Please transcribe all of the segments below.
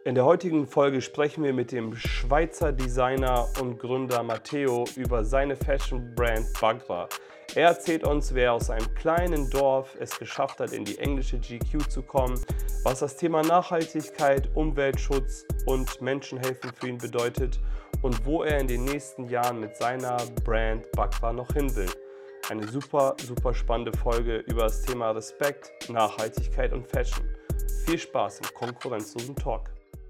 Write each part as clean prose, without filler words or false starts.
In der heutigen Folge sprechen wir mit dem Schweizer Designer und Gründer Matteo über seine Fashion-Brand Bagra. Er erzählt uns, wie er aus einem kleinen Dorf es geschafft hat, in die englische GQ zu kommen, was das Thema Nachhaltigkeit, Umweltschutz und Menschenhelfen für ihn bedeutet und wo er in den nächsten Jahren mit seiner Brand Bagra noch hin will. Eine super spannende Folge über das Thema Respekt, Nachhaltigkeit und Fashion. Viel Spaß im konkurrenzlosen Talk.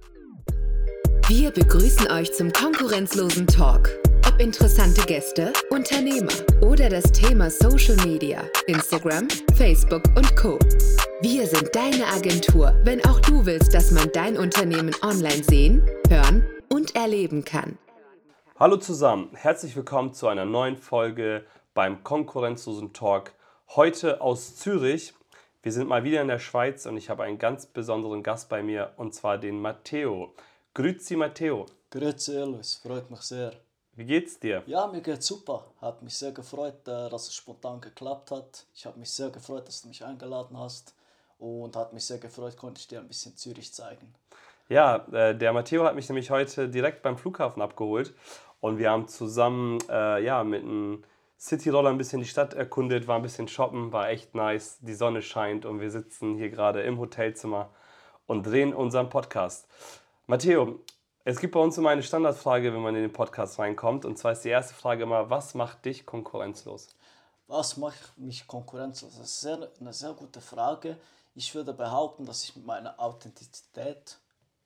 Wir begrüßen euch zum konkurrenzlosen Talk. Ob interessante Gäste, Unternehmer oder das Thema Social Media, Instagram, Facebook und Co. Wir sind deine Agentur, wenn auch du willst, dass man dein Unternehmen online sehen, hören und erleben kann. Hallo zusammen, herzlich willkommen zu einer neuen Folge beim konkurrenzlosen Talk. Heute aus Zürich. Wir sind mal wieder in der Schweiz und ich habe einen ganz besonderen Gast bei mir, und zwar den Matteo. Grüezi Matteo. Grüezi Elvis, freut mich sehr. Wie geht's dir? Ja, mir geht's super. Hat mich sehr gefreut, dass es spontan geklappt hat. Ich habe mich sehr gefreut, dass du mich eingeladen hast. Und hat mich sehr gefreut, konnte ich dir ein bisschen Zürich zeigen. Ja, der Matteo hat mich nämlich heute direkt beim Flughafen abgeholt und wir haben zusammen mit einem Cityroller ein bisschen die Stadt erkundet, war ein bisschen shoppen, war echt nice. Die Sonne scheint und wir sitzen hier gerade im Hotelzimmer und drehen unseren Podcast. Matteo, es gibt bei uns immer eine Standardfrage, wenn man in den Podcast reinkommt. Und zwar ist die erste Frage immer, was macht dich konkurrenzlos? Was macht mich konkurrenzlos? Das ist eine sehr gute Frage. Ich würde behaupten, dass ich mit meiner Authentizität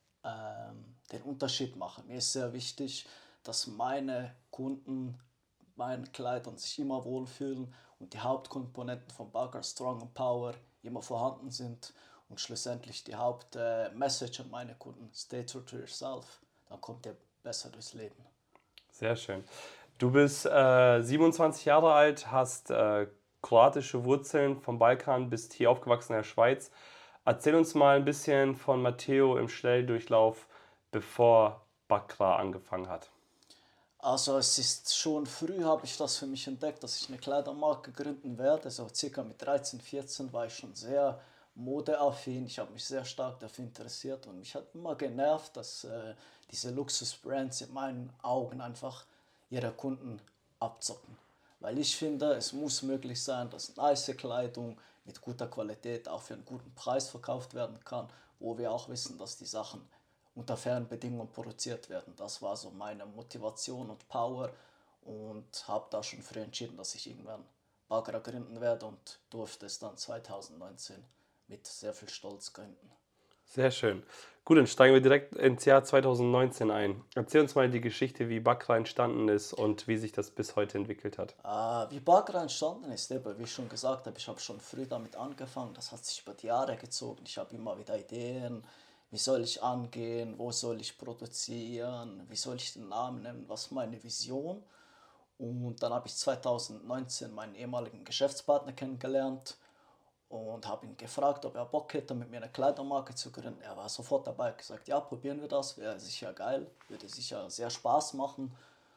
den Unterschied mache. Mir ist sehr wichtig, dass meine Kunden meinen Kleidern sich immer wohlfühlen und die Hauptkomponenten von Bagra Strong and Power immer vorhanden sind. Und schlussendlich die Hauptmessage an meine Kunden: Stay true to yourself. Dann kommt ihr besser durchs Leben. Sehr schön. Du bist 27 Jahre alt, hast kroatische Wurzeln vom Balkan, bist hier aufgewachsen in der Schweiz. Erzähl uns mal ein bisschen von Matteo im Schnelldurchlauf, bevor Bagra angefangen hat. Also es ist schon früh, habe ich das für mich entdeckt, dass ich eine Kleidermarke gründen werde. So circa mit 13, 14 war ich schon sehr modeaffin. Ich habe mich sehr stark dafür interessiert und mich hat immer genervt, dass diese Luxusbrands in meinen Augen einfach ihre Kunden abzocken. Weil ich finde, es muss möglich sein, dass nice Kleidung mit guter Qualität auch für einen guten Preis verkauft werden kann, wo wir auch wissen, dass die Sachen unter fairen Bedingungen produziert werden. Das war so meine Motivation und Power und habe da schon früh entschieden, dass ich irgendwann Bagra gründen werde und durfte es dann 2019 mit sehr viel Stolz gründen. Sehr schön. Gut, dann steigen wir direkt ins Jahr 2019 ein. Erzähl uns mal die Geschichte, wie Bagra entstanden ist und wie sich das bis heute entwickelt hat. Wie Bagra entstanden ist, wie ich schon gesagt habe, ich habe schon früh damit angefangen. Das hat sich über die Jahre gezogen. Ich habe immer wieder Ideen, wie soll ich angehen, wo soll ich produzieren, wie soll ich den Namen nennen, was ist meine Vision. Und dann habe ich 2019 meinen ehemaligen Geschäftspartner kennengelernt und habe ihn gefragt, ob er Bock hätte, mit mir eine Kleidermarke zu gründen. Er war sofort dabei, hat gesagt, ja, probieren wir das, wäre sicher geil, würde sicher sehr Spaß machen.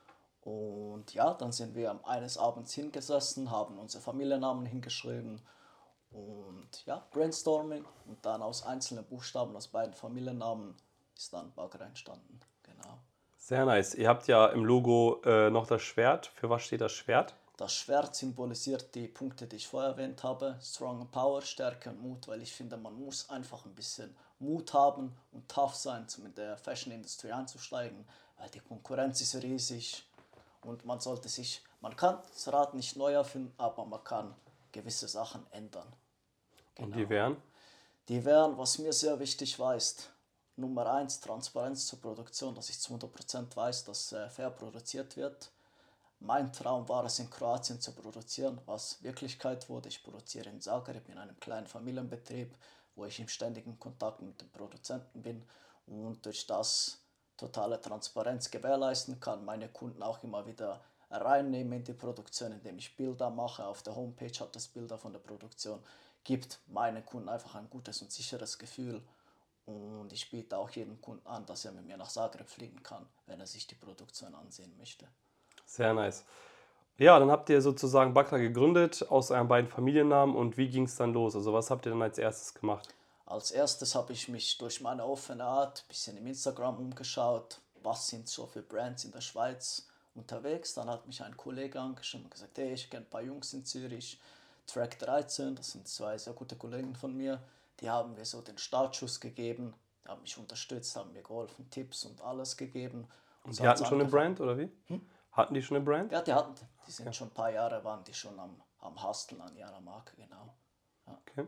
Und ja, dann sind wir eines Abends hingesessen, haben unsere Familiennamen hingeschrieben und ja, Brainstorming, und dann aus einzelnen Buchstaben aus beiden Familiennamen ist dann Bagra entstanden. Genau. Sehr nice. Ihr habt ja im Logo noch das Schwert. Für was steht das Schwert? Das Schwert symbolisiert die Punkte, die ich vorher erwähnt habe: Strong and Power, Stärke und Mut, weil ich finde, man muss einfach ein bisschen Mut haben und tough sein, um in der Fashion-Industrie einzusteigen, weil die Konkurrenz ist riesig und man kann das Rad nicht neu erfinden, aber man kann gewisse Sachen ändern. Genau. Und die wären? Die wären, was mir sehr wichtig war, ist Nummer 1, Transparenz zur Produktion, dass ich zu 100% weiß, dass fair produziert wird. Mein Traum war es, in Kroatien zu produzieren, was Wirklichkeit wurde. Ich produziere in Zagreb in einem kleinen Familienbetrieb, wo ich im ständigen Kontakt mit den Produzenten bin und durch das totale Transparenz gewährleisten kann, meine Kunden auch immer wieder reinnehmen in die Produktion, indem ich Bilder mache. Auf der Homepage hat es Bilder von der Produktion, gibt meinen Kunden einfach ein gutes und sicheres Gefühl. Und ich biete auch jedem Kunden an, dass er mit mir nach Zagreb fliegen kann, wenn er sich die Produktion ansehen möchte. Sehr nice. Ja, dann habt ihr sozusagen Bagra gegründet aus euren beiden Familiennamen, und wie ging es dann los? Also was habt ihr dann als erstes gemacht? Als erstes habe ich mich durch meine offene Art ein bisschen im Instagram umgeschaut, was sind so für Brands in der Schweiz unterwegs. Dann hat mich ein Kollege angeschrieben und gesagt, hey, ich kenne ein paar Jungs in Zürich, Track 13, das sind zwei sehr gute Kollegen von mir, die haben mir so den Startschuss gegeben, haben mich unterstützt, haben mir geholfen, Tipps und alles gegeben. Und so die hat's hatten schon eine angefangen. Brand, oder wie? Hatten die schon eine Brand? Ja, die sind schon ein paar Jahre, waren die schon am Husteln an ihrer Marke, genau. Okay.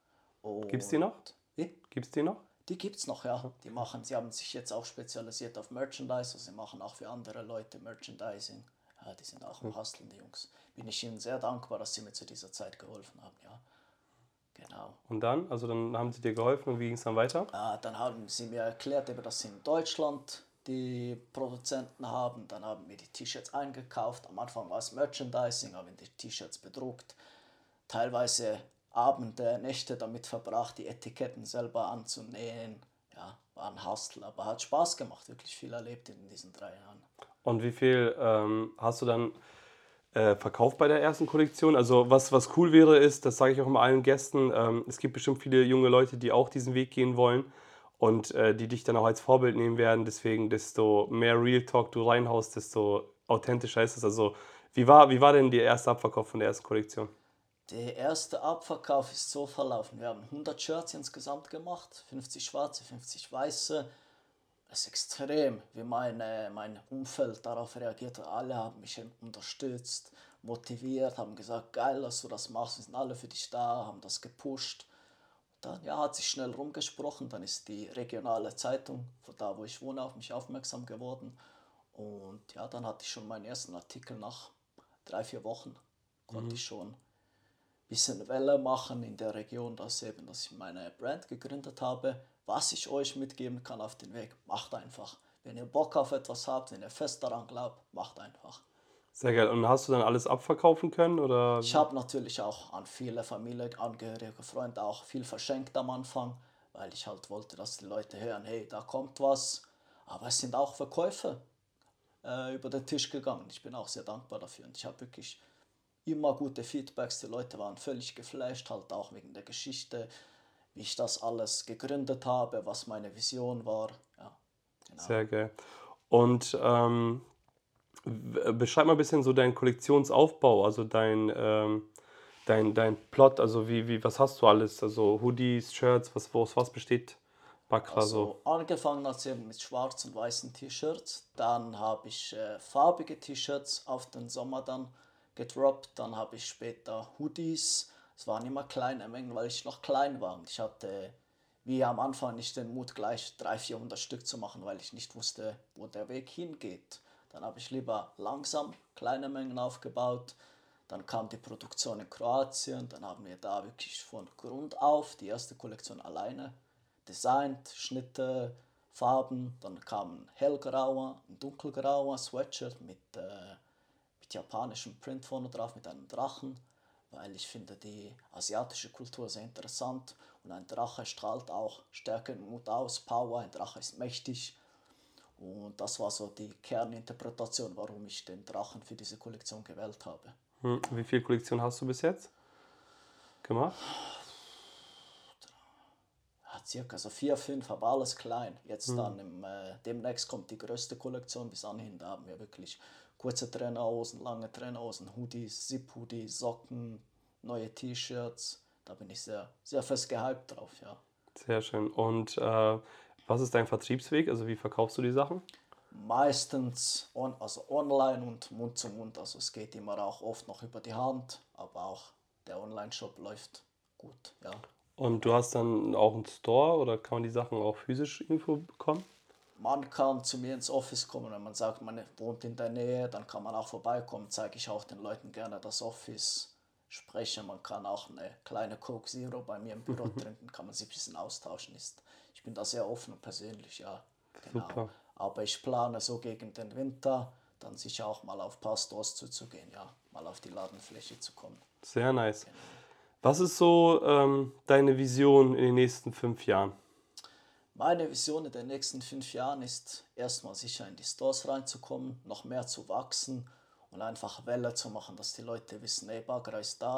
Und Gibt's die noch? Wie? Gibt's die noch? Die gibt's noch, ja. Sie haben sich jetzt auch spezialisiert auf Merchandise, also sie machen auch für andere Leute Merchandising. Ja, die sind auch am Hustlen, die Jungs. Bin ich ihnen sehr dankbar, dass sie mir zu dieser Zeit geholfen haben, ja. Genau. Und dann? Also dann haben sie dir geholfen und wie ging es dann weiter? Dann haben sie mir erklärt, eben, dass sie in Deutschland die Produzenten haben. Dann haben wir die T-Shirts eingekauft. Am Anfang war es Merchandising, haben die T-Shirts bedruckt. Teilweise Abende, Nächte damit verbracht, die Etiketten selber anzunähen. Ja, war ein Hustle, aber hat Spaß gemacht, wirklich viel erlebt in diesen 3 Jahren. Und wie viel hast du dann verkauft bei der ersten Kollektion? Also was cool wäre ist, das sage ich auch immer allen Gästen, es gibt bestimmt viele junge Leute, die auch diesen Weg gehen wollen und die dich dann auch als Vorbild nehmen werden. Deswegen, desto mehr Real Talk du reinhaust, desto authentischer ist es. Also wie war denn der erste Abverkauf von der ersten Kollektion? Der erste Abverkauf ist so verlaufen. Wir haben 100 Shirts insgesamt gemacht, 50 schwarze, 50 weiße. Es ist extrem, wie mein Umfeld darauf reagiert hat. Alle haben mich unterstützt, motiviert, haben gesagt, geil, dass du das machst, wir sind alle für dich da, haben das gepusht. Dann hat sich schnell rumgesprochen, dann ist die regionale Zeitung, von da wo ich wohne, auf mich aufmerksam geworden. Und ja, dann hatte ich schon meinen ersten Artikel nach 3-4 Wochen, konnte ich schon bisschen Welle machen in der Region, dass ich meine Brand gegründet habe. Was ich euch mitgeben kann auf den Weg, macht einfach. Wenn ihr Bock auf etwas habt, wenn ihr fest daran glaubt, macht einfach. Sehr geil. Und hast du dann alles abverkaufen können? Oder? Ich habe natürlich auch an viele Familienangehörige, Freunde auch viel verschenkt am Anfang, weil ich halt wollte, dass die Leute hören, hey, da kommt was. Aber es sind auch Verkäufe über den Tisch gegangen. Ich bin auch sehr dankbar dafür und ich habe wirklich immer gute Feedbacks, die Leute waren völlig geflasht, halt auch wegen der Geschichte, wie ich das alles gegründet habe, was meine Vision war. Ja, genau. Sehr geil. Und beschreib mal ein bisschen so deinen Kollektionsaufbau, also dein Plot, also was hast du alles? Also Hoodies, Shirts, aus was besteht Bakra so? Also angefangen hat es eben mit schwarzen und weißen T-Shirts, dann habe ich farbige T-Shirts auf den Sommer dann gedroppt, dann habe ich später Hoodies, es waren immer kleine Mengen, weil ich noch klein war und ich hatte wie am Anfang nicht den Mut gleich 300-400 Stück zu machen, weil ich nicht wusste, wo der Weg hingeht. Dann habe ich lieber langsam kleine Mengen aufgebaut, dann kam die Produktion in Kroatien, dann haben wir da wirklich von Grund auf die erste Kollektion alleine designt, Schnitte, Farben, dann kam ein hellgrauer, ein dunkelgrauer Sweatshirt mit japanischem Print vorne drauf, mit einem Drachen, weil ich finde die asiatische Kultur sehr interessant und ein Drache strahlt auch Stärke und Mut aus, Power, ein Drache ist mächtig und das war so die Kerninterpretation, warum ich den Drachen für diese Kollektion gewählt habe. Wie viele Kollektionen hast du bis jetzt gemacht? Circa so 4, 5, aber alles klein. Jetzt dann demnächst kommt die größte Kollektion. Bis anhin, da haben wir wirklich kurze Trainerhosen, lange Trainerhosen, Hoodies, Zip-Hoodies, Socken, neue T-Shirts. Da bin ich sehr, sehr fest gehypt drauf, ja. Sehr schön. Und was ist dein Vertriebsweg? Also wie verkaufst du die Sachen? Meistens online und Mund zu Mund. Also es geht immer auch oft noch über die Hand, aber auch der Online-Shop läuft gut, ja. Und du hast dann auch einen Store oder kann man die Sachen auch physisch irgendwo bekommen? Man kann zu mir ins Office kommen, wenn man sagt, man wohnt in der Nähe, dann kann man auch vorbeikommen, zeige ich auch den Leuten gerne das Office, spreche, man kann auch eine kleine Coke Zero bei mir im Büro trinken, kann man sich ein bisschen austauschen. Ich bin da sehr offen und persönlich, ja, genau. Super. Aber ich plane so gegen den Winter, dann sicher auch mal auf ein paar Stores zuzugehen, ja, mal auf die Ladenfläche zu kommen. Sehr nice. Was ist so deine Vision in den nächsten 5 Jahren? Meine Vision in den nächsten 5 Jahren ist, erstmal sicher in die Stores reinzukommen, noch mehr zu wachsen und einfach Welle zu machen, dass die Leute wissen, ey, Bakra ist da,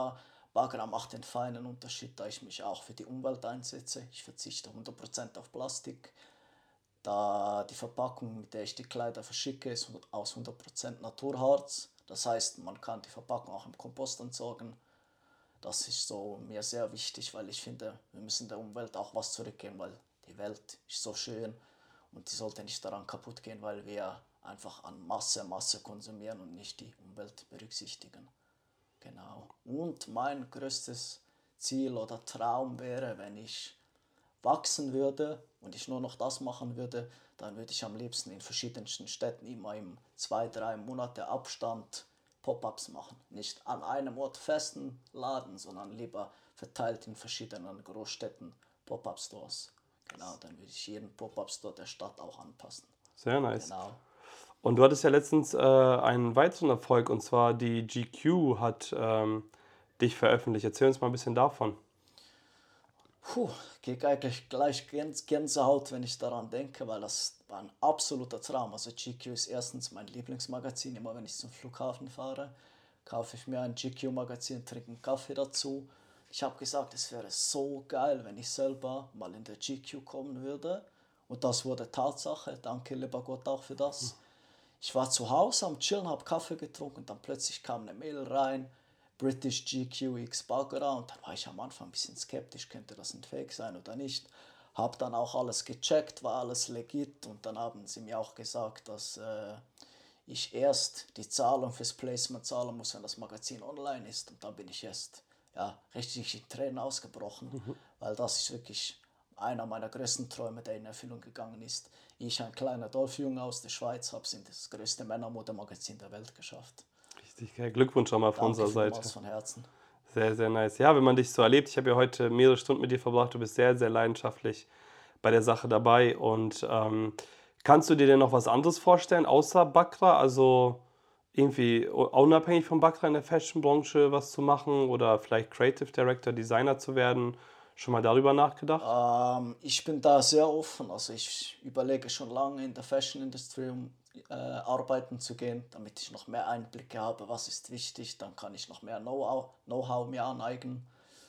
Bagra macht den feinen Unterschied, da ich mich auch für die Umwelt einsetze. Ich verzichte 100% auf Plastik. Da die Verpackung, mit der ich die Kleider verschicke, ist aus 100% Naturharz. Das heißt, man kann die Verpackung auch im Kompost entsorgen. Das ist so mir sehr wichtig, weil ich finde, wir müssen der Umwelt auch was zurückgeben, weil die Welt ist so schön und die sollte nicht daran kaputt gehen, weil wir einfach an Masse konsumieren und nicht die Umwelt berücksichtigen. Genau. Und mein größtes Ziel oder Traum wäre, wenn ich wachsen würde und ich nur noch das machen würde, dann würde ich am liebsten in verschiedensten Städten immer im 2-3 Monate Abstand Pop-ups machen. Nicht an einem Ort festen Laden, sondern lieber verteilt in verschiedenen Großstädten Pop-up-Stores. Genau, dann würde ich jeden Pop-up-Store der Stadt auch anpassen. Sehr nice. Genau. Und du hattest ja letztens einen weiteren Erfolg, und zwar die GQ hat dich veröffentlicht. Erzähl uns mal ein bisschen davon. Krieg eigentlich gleich Gänsehaut, wenn ich daran denke, weil das war ein absoluter Traum. Also GQ ist erstens mein Lieblingsmagazin. Immer wenn ich zum Flughafen fahre, kaufe ich mir ein GQ-Magazin, trinke einen Kaffee dazu. Ich habe gesagt, es wäre so geil, wenn ich selber mal in der GQ kommen würde. Und das wurde Tatsache. Danke, lieber Gott, auch für das. Ich war zu Hause am Chillen, habe Kaffee getrunken und dann plötzlich kam eine Mail rein. British GQ X Bagra, und da war ich am Anfang ein bisschen skeptisch, könnte das ein Fake sein oder nicht. Habe dann auch alles gecheckt, war alles legit, und dann haben sie mir auch gesagt, dass ich erst die Zahlung fürs Placement zahlen muss, wenn das Magazin online ist, und dann bin ich erst richtig in Tränen ausgebrochen, weil das ist wirklich einer meiner größten Träume, der in Erfüllung gegangen ist. Ich, ein kleiner Dorfjunge aus der Schweiz, habe es in das größte Männermodemagazin der Welt geschafft. Richtig geil. Glückwunsch schon mal von unserer Seite. Von Herzen. Sehr, sehr nice. Ja, wenn man dich so erlebt, ich habe ja heute mehrere Stunden mit dir verbracht, du bist sehr, sehr leidenschaftlich bei der Sache dabei. Und kannst du dir denn noch was anderes vorstellen, außer Bagra? Also irgendwie unabhängig von Bagra in der Fashion-Branche was zu machen oder vielleicht Creative Director, Designer zu werden? Schon mal darüber nachgedacht? Ich bin da sehr offen. Also ich überlege schon lange in der Fashion Industry arbeiten zu gehen, damit ich noch mehr Einblicke habe, was ist wichtig, dann kann ich noch mehr Know-how mir aneignen.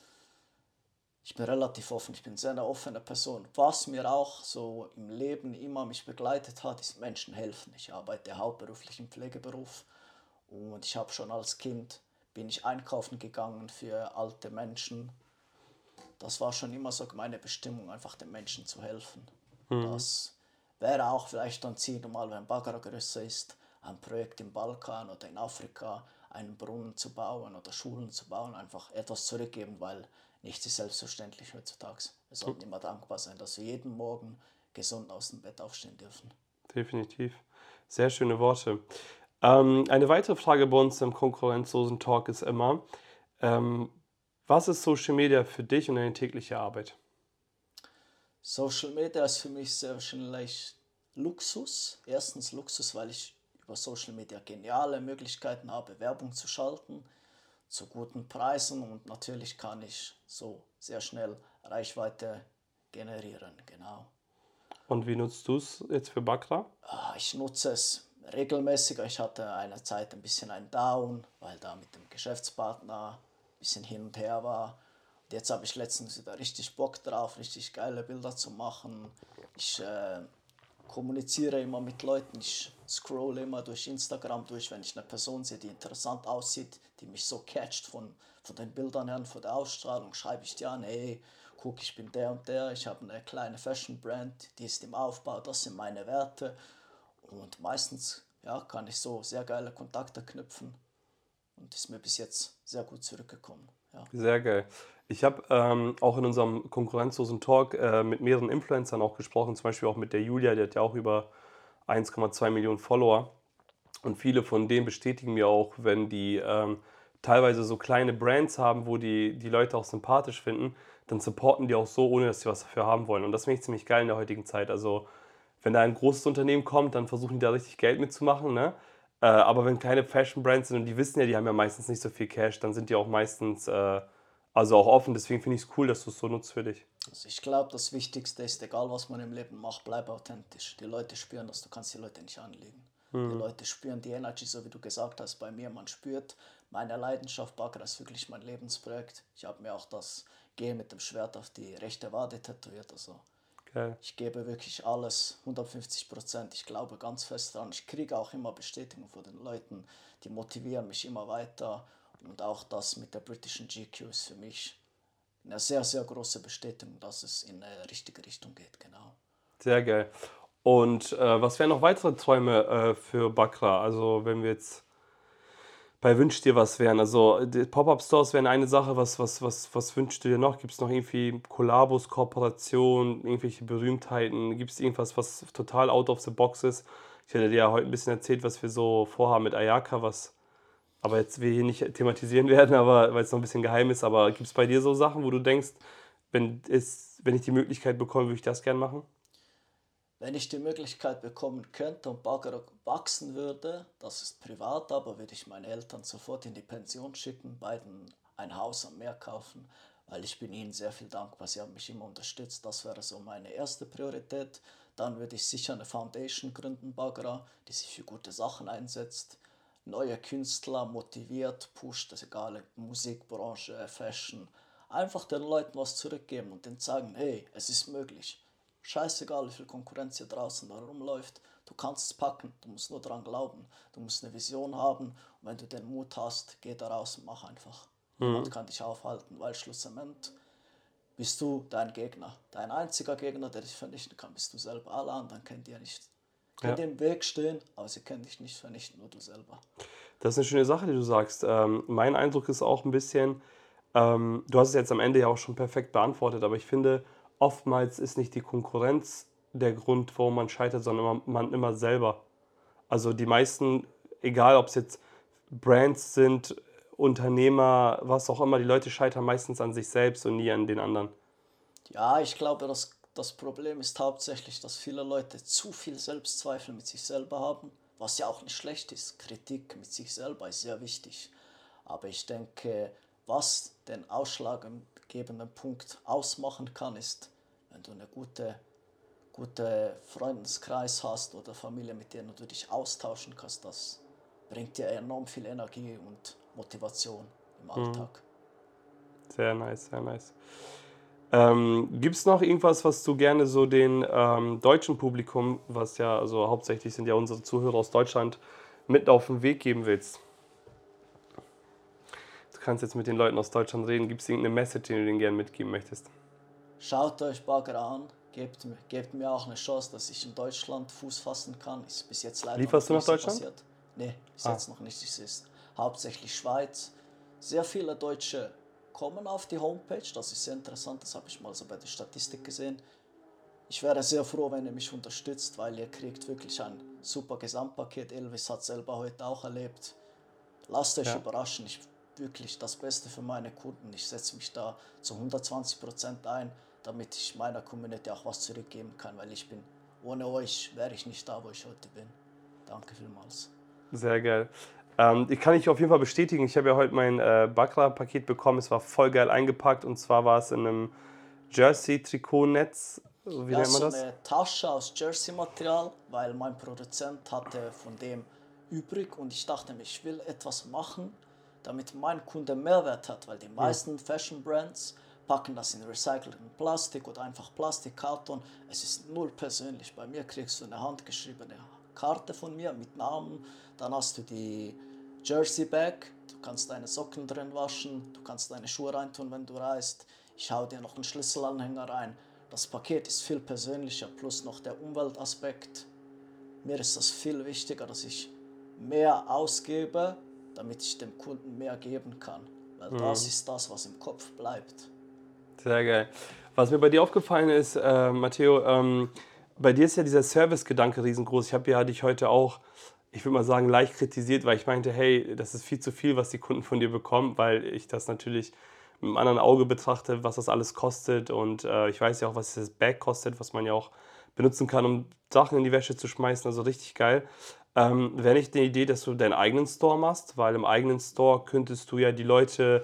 Ich bin relativ offen, ich bin sehr eine offene Person. Was mir auch so im Leben immer mich begleitet hat, ist Menschen helfen. Ich arbeite hauptberuflich im Pflegeberuf und ich habe schon als Kind, bin ich einkaufen gegangen für alte Menschen. Das war schon immer so meine Bestimmung, einfach den Menschen zu helfen. Das wäre auch vielleicht ein Ziel, mal wenn Bagra größer ist, ein Projekt im Balkan oder in Afrika, einen Brunnen zu bauen oder Schulen zu bauen, einfach etwas zurückgeben, weil nichts ist selbstverständlich heutzutage. Wir sollten immer dankbar sein, dass wir jeden Morgen gesund aus dem Bett aufstehen dürfen. Definitiv. Sehr schöne Worte. Eine weitere Frage bei uns im konkurrenzlosen Talk ist immer, was ist Social Media für dich und deine tägliche Arbeit? Social Media ist für mich sehr wahrscheinlich Luxus. Erstens Luxus, weil ich über Social Media geniale Möglichkeiten habe, Werbung zu schalten, zu guten Preisen, und natürlich kann ich so sehr schnell Reichweite generieren, genau. Und wie nutzt du es jetzt für Bagra? Ich nutze es regelmäßiger. Ich hatte eine Zeit ein bisschen einen Down, weil da mit dem Geschäftspartner ein bisschen hin und her war. Und jetzt habe ich letztens wieder richtig Bock drauf, richtig geile Bilder zu machen. Ich kommuniziere immer mit Leuten, ich scrolle immer durch Instagram durch, wenn ich eine Person sehe, die interessant aussieht, die mich so catcht von den Bildern her, von der Ausstrahlung, schreibe ich dir an, hey, guck, ich bin der und der, ich habe eine kleine Fashion-Brand, die ist im Aufbau, das sind meine Werte, und meistens kann ich so sehr geile Kontakte knüpfen, und ist mir bis jetzt sehr gut zurückgekommen. Ja. Sehr geil. Ich habe auch in unserem konkurrenzlosen Talk mit mehreren Influencern auch gesprochen, zum Beispiel auch mit der Julia, die hat ja auch über 1,2 Millionen Follower. Und viele von denen bestätigen mir auch, wenn die teilweise so kleine Brands haben, wo die Leute auch sympathisch finden, dann supporten die auch so, ohne dass sie was dafür haben wollen. Und das finde ich ziemlich geil in der heutigen Zeit. Also wenn da ein großes Unternehmen kommt, dann versuchen die da richtig Geld mitzumachen, ne? Aber wenn kleine Fashion-Brands sind und die wissen ja, die haben ja meistens nicht so viel Cash, dann sind die auch meistens also auch offen. Deswegen finde ich es cool, dass du es so nutzt für dich. Also ich glaube, das Wichtigste ist, egal was man im Leben macht, bleib authentisch. Die Leute spüren das, du kannst die Leute nicht anlügen. Die Leute spüren die Energy, so wie du gesagt hast, bei mir. Man spürt meine Leidenschaft. Bagra ist wirklich mein Lebensprojekt. Ich habe mir auch das G mit dem Schwert auf die rechte Wade tätowiert. Also Geil. ich gebe wirklich alles, 150%. Ich glaube ganz fest daran. Ich kriege auch immer Bestätigung von den Leuten, die motivieren mich immer weiter. Und auch das mit der britischen GQ ist für mich eine sehr, sehr große Bestätigung, dass es in eine richtige Richtung geht. Genau. Sehr geil. Und was wären noch weitere Träume für Bagra? Also wenn wir jetzt bei Wünsch dir was wären. Also die Pop-Up-Stores wären eine Sache. Was wünschst du dir noch? Gibt es noch irgendwie Kollabos, Kooperationen, irgendwelche Berühmtheiten? Gibt es irgendwas, was total out of the box ist? Ich hatte dir ja heute ein bisschen erzählt, was wir so vorhaben mit Ayaka, was aber jetzt wir hier nicht thematisieren werden, aber weil es noch ein bisschen geheim ist. Aber gibt es bei dir so Sachen, wo du denkst, wenn ich die Möglichkeit bekomme, würde ich das gerne machen? Wenn ich die Möglichkeit bekommen könnte und Bagger wachsen würde, das ist privat, aber würde ich meine Eltern sofort in die Pension schicken, beiden ein Haus am Meer kaufen, weil ich bin ihnen sehr viel dankbar. Sie haben mich immer unterstützt. Das wäre so meine erste Priorität. Dann würde ich sicher eine Foundation gründen, Bagra, die sich für gute Sachen einsetzt, neue Künstler motiviert, pusht, das egal, Musikbranche, Fashion, einfach den Leuten was zurückgeben und denen sagen, hey, es ist möglich. Scheißegal, wie viel Konkurrenz hier draußen da rumläuft, du kannst es packen, du musst nur dran glauben, du musst eine Vision haben und wenn du den Mut hast, geh da raus und mach einfach. Niemand kann dich aufhalten, weil schlussendlich bist du dein Gegner. Dein einziger Gegner, der dich vernichten kann, bist du selber. Alle anderen können dir nicht. Können dir im Weg stehen, aber sie können dich nicht vernichten, nur du selber. Das ist eine schöne Sache, die du sagst. Mein Eindruck ist auch ein bisschen, du hast es jetzt am Ende ja auch schon perfekt beantwortet, aber ich finde, oftmals ist nicht die Konkurrenz der Grund, warum man scheitert, sondern man immer selber. Also die meisten, egal ob es jetzt Brands sind, Unternehmer, was auch immer, die Leute scheitern meistens an sich selbst und nie an den anderen. Ja, ich glaube, das Problem ist hauptsächlich, dass viele Leute zu viel Selbstzweifel mit sich selber haben, was ja auch nicht schlecht ist. Kritik mit sich selber ist sehr wichtig. Aber ich denke, was den ausschlaggebenden Punkt ausmachen kann, ist, wenn du eine gute Freundeskreis hast oder Familie, mit denen du dich austauschen kannst, das bringt dir enorm viel Energie und Motivation im Alltag. Sehr nice, sehr nice. Gibt es noch irgendwas, was du gerne so den deutschen Publikum, was ja, also hauptsächlich sind ja unsere Zuhörer aus Deutschland, mit auf den Weg geben willst? Du kannst jetzt mit den Leuten aus Deutschland reden. Gibt es irgendeine Message, die du denen gerne mitgeben möchtest? Schaut euch Bagger an, gebt mir auch eine Chance, dass ich in Deutschland Fuß fassen kann. Ist bis jetzt leider Lieferst du noch nach nicht so Deutschland? passiert. Nee, bis jetzt noch nicht. Es ist hauptsächlich Schweiz. Sehr viele Deutsche kommen auf die Homepage, das ist sehr interessant, das habe ich mal so bei der Statistik gesehen. Ich wäre sehr froh, wenn ihr mich unterstützt, weil ihr kriegt wirklich ein super Gesamtpaket. Elvis hat selber heute auch erlebt. Lasst euch überraschen, ich wirklich das Beste für meine Kunden. Ich setze mich da zu 120% ein, damit ich meiner Community auch was zurückgeben kann, weil ohne euch wäre ich nicht da, wo ich heute bin. Danke vielmals. Sehr geil. Ich kann dich auf jeden Fall bestätigen, ich habe ja heute mein Bagra-Paket bekommen, es war voll geil eingepackt und zwar war es in einem Jersey-Trikotnetz, wie nennt man das? So eine Tasche aus Jersey-Material, weil mein Produzent hatte von dem übrig und ich dachte mir, ich will etwas machen, damit mein Kunde Mehrwert hat, weil die meisten Fashion-Brands packen das in recycelten Plastik oder einfach Plastikkarton. Es ist null persönlich. Bei mir kriegst du eine handgeschriebene Karte von mir mit Namen, dann hast du die Jersey Bag, du kannst deine Socken drin waschen, du kannst deine Schuhe reintun, wenn du reist. Ich hau dir noch einen Schlüsselanhänger rein. Das Paket ist viel persönlicher, plus noch der Umweltaspekt. Mir ist das viel wichtiger, dass ich mehr ausgebe, damit ich dem Kunden mehr geben kann. Weil das ist das, was im Kopf bleibt. Sehr geil. Was mir bei dir aufgefallen ist, Matteo, bei dir ist ja dieser Service-Gedanke riesengroß. Ich habe ja dich heute auch, ich würde mal sagen, leicht kritisiert, weil ich meinte, hey, das ist viel zu viel, was die Kunden von dir bekommen, weil ich das natürlich mit einem anderen Auge betrachte, was das alles kostet. Und ich weiß ja auch, was das Bag kostet, was man ja auch benutzen kann, um Sachen in die Wäsche zu schmeißen. Also richtig geil. Wäre nicht eine Idee, dass du deinen eigenen Store machst, weil im eigenen Store könntest du ja die Leute,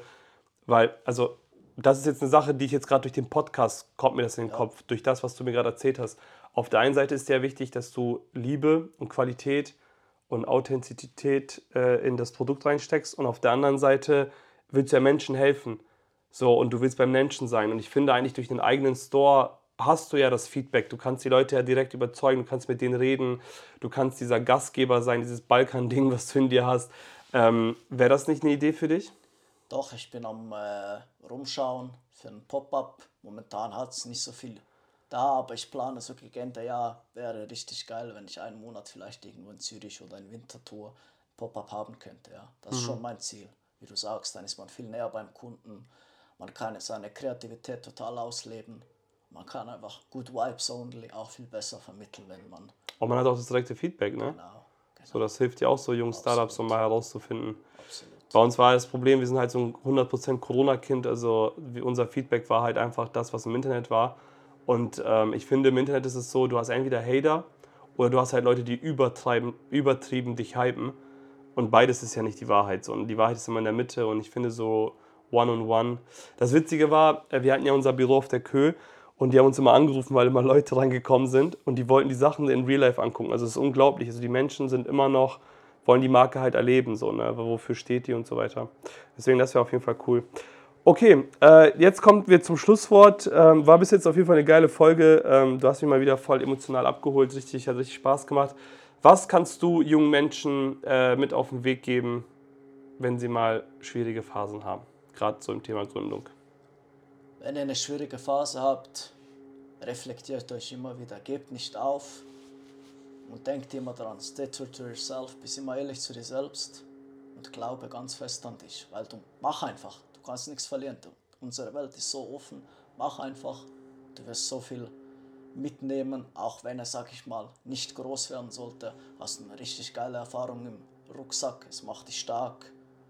also das ist jetzt eine Sache, die ich jetzt gerade durch den Podcast, kommt mir das in den Kopf, durch das, was du mir gerade erzählt hast. Auf der einen Seite ist ja wichtig, dass du Liebe und Qualität und Authentizität in das Produkt reinsteckst und auf der anderen Seite willst du ja Menschen helfen. So, und du willst beim Menschen sein. Und ich finde eigentlich durch den eigenen Store hast du ja das Feedback. Du kannst die Leute ja direkt überzeugen, du kannst mit denen reden, du kannst dieser Gastgeber sein, dieses Balkan-Ding, was du in dir hast. Wäre das nicht eine Idee für dich? Doch, ich bin am Rumschauen für ein Pop-up. Momentan hat es nicht so viel da, aber ich plane so gegen Ende Jahr. Wäre richtig geil, wenn ich einen Monat vielleicht irgendwo in Zürich oder in Winterthur Pop-up haben könnte. Ja. Das ist schon mein Ziel. Wie du sagst, dann ist man viel näher beim Kunden. Man kann seine Kreativität total ausleben. Man kann einfach good vibes only auch viel besser vermitteln, wenn man... Und man hat auch das direkte Feedback, ne? Genau. So, das hilft ja auch so jungen Startups, um mal herauszufinden. Absolut. Bei uns war das Problem, wir sind halt so ein 100% Corona-Kind, also unser Feedback war halt einfach das, was im Internet war. Und ich finde, im Internet ist es so, du hast entweder Hater oder du hast halt Leute, die übertrieben dich hypen. Und beides ist ja nicht die Wahrheit. So. Und die Wahrheit ist immer in der Mitte und ich finde so One-on-One. Das Witzige war, wir hatten ja unser Büro auf der Kö und die haben uns immer angerufen, weil immer Leute reingekommen sind und die wollten die Sachen in Real Life angucken. Also es ist unglaublich. Also die Menschen sind immer noch, wollen die Marke halt erleben, so, ne? Wofür steht die und so weiter. Deswegen, das wäre auf jeden Fall cool. Okay, jetzt kommen wir zum Schlusswort. War bis jetzt auf jeden Fall eine geile Folge. Du hast mich mal wieder voll emotional abgeholt. Hat richtig Spaß gemacht. Was kannst du jungen Menschen mit auf den Weg geben, wenn sie mal schwierige Phasen haben? Gerade so im Thema Gründung. Wenn ihr eine schwierige Phase habt, reflektiert euch immer wieder, gebt nicht auf und denkt immer dran, stay true to yourself, bist immer ehrlich zu dir selbst und glaube ganz fest an dich, weil du mach einfach, du kannst nichts verlieren. Unsere Welt ist so offen, mach einfach, du wirst so viel mitnehmen, auch wenn er, sag ich mal, nicht groß werden sollte, hast eine richtig geile Erfahrung im Rucksack, es macht dich stark.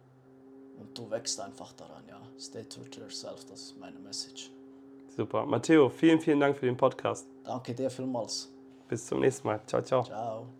Und du wächst einfach daran, ja. Stay true to yourself, das ist meine Message. Super. Matteo, vielen, vielen Dank für den Podcast. Danke dir vielmals. Bis zum nächsten Mal. Ciao, ciao. Ciao.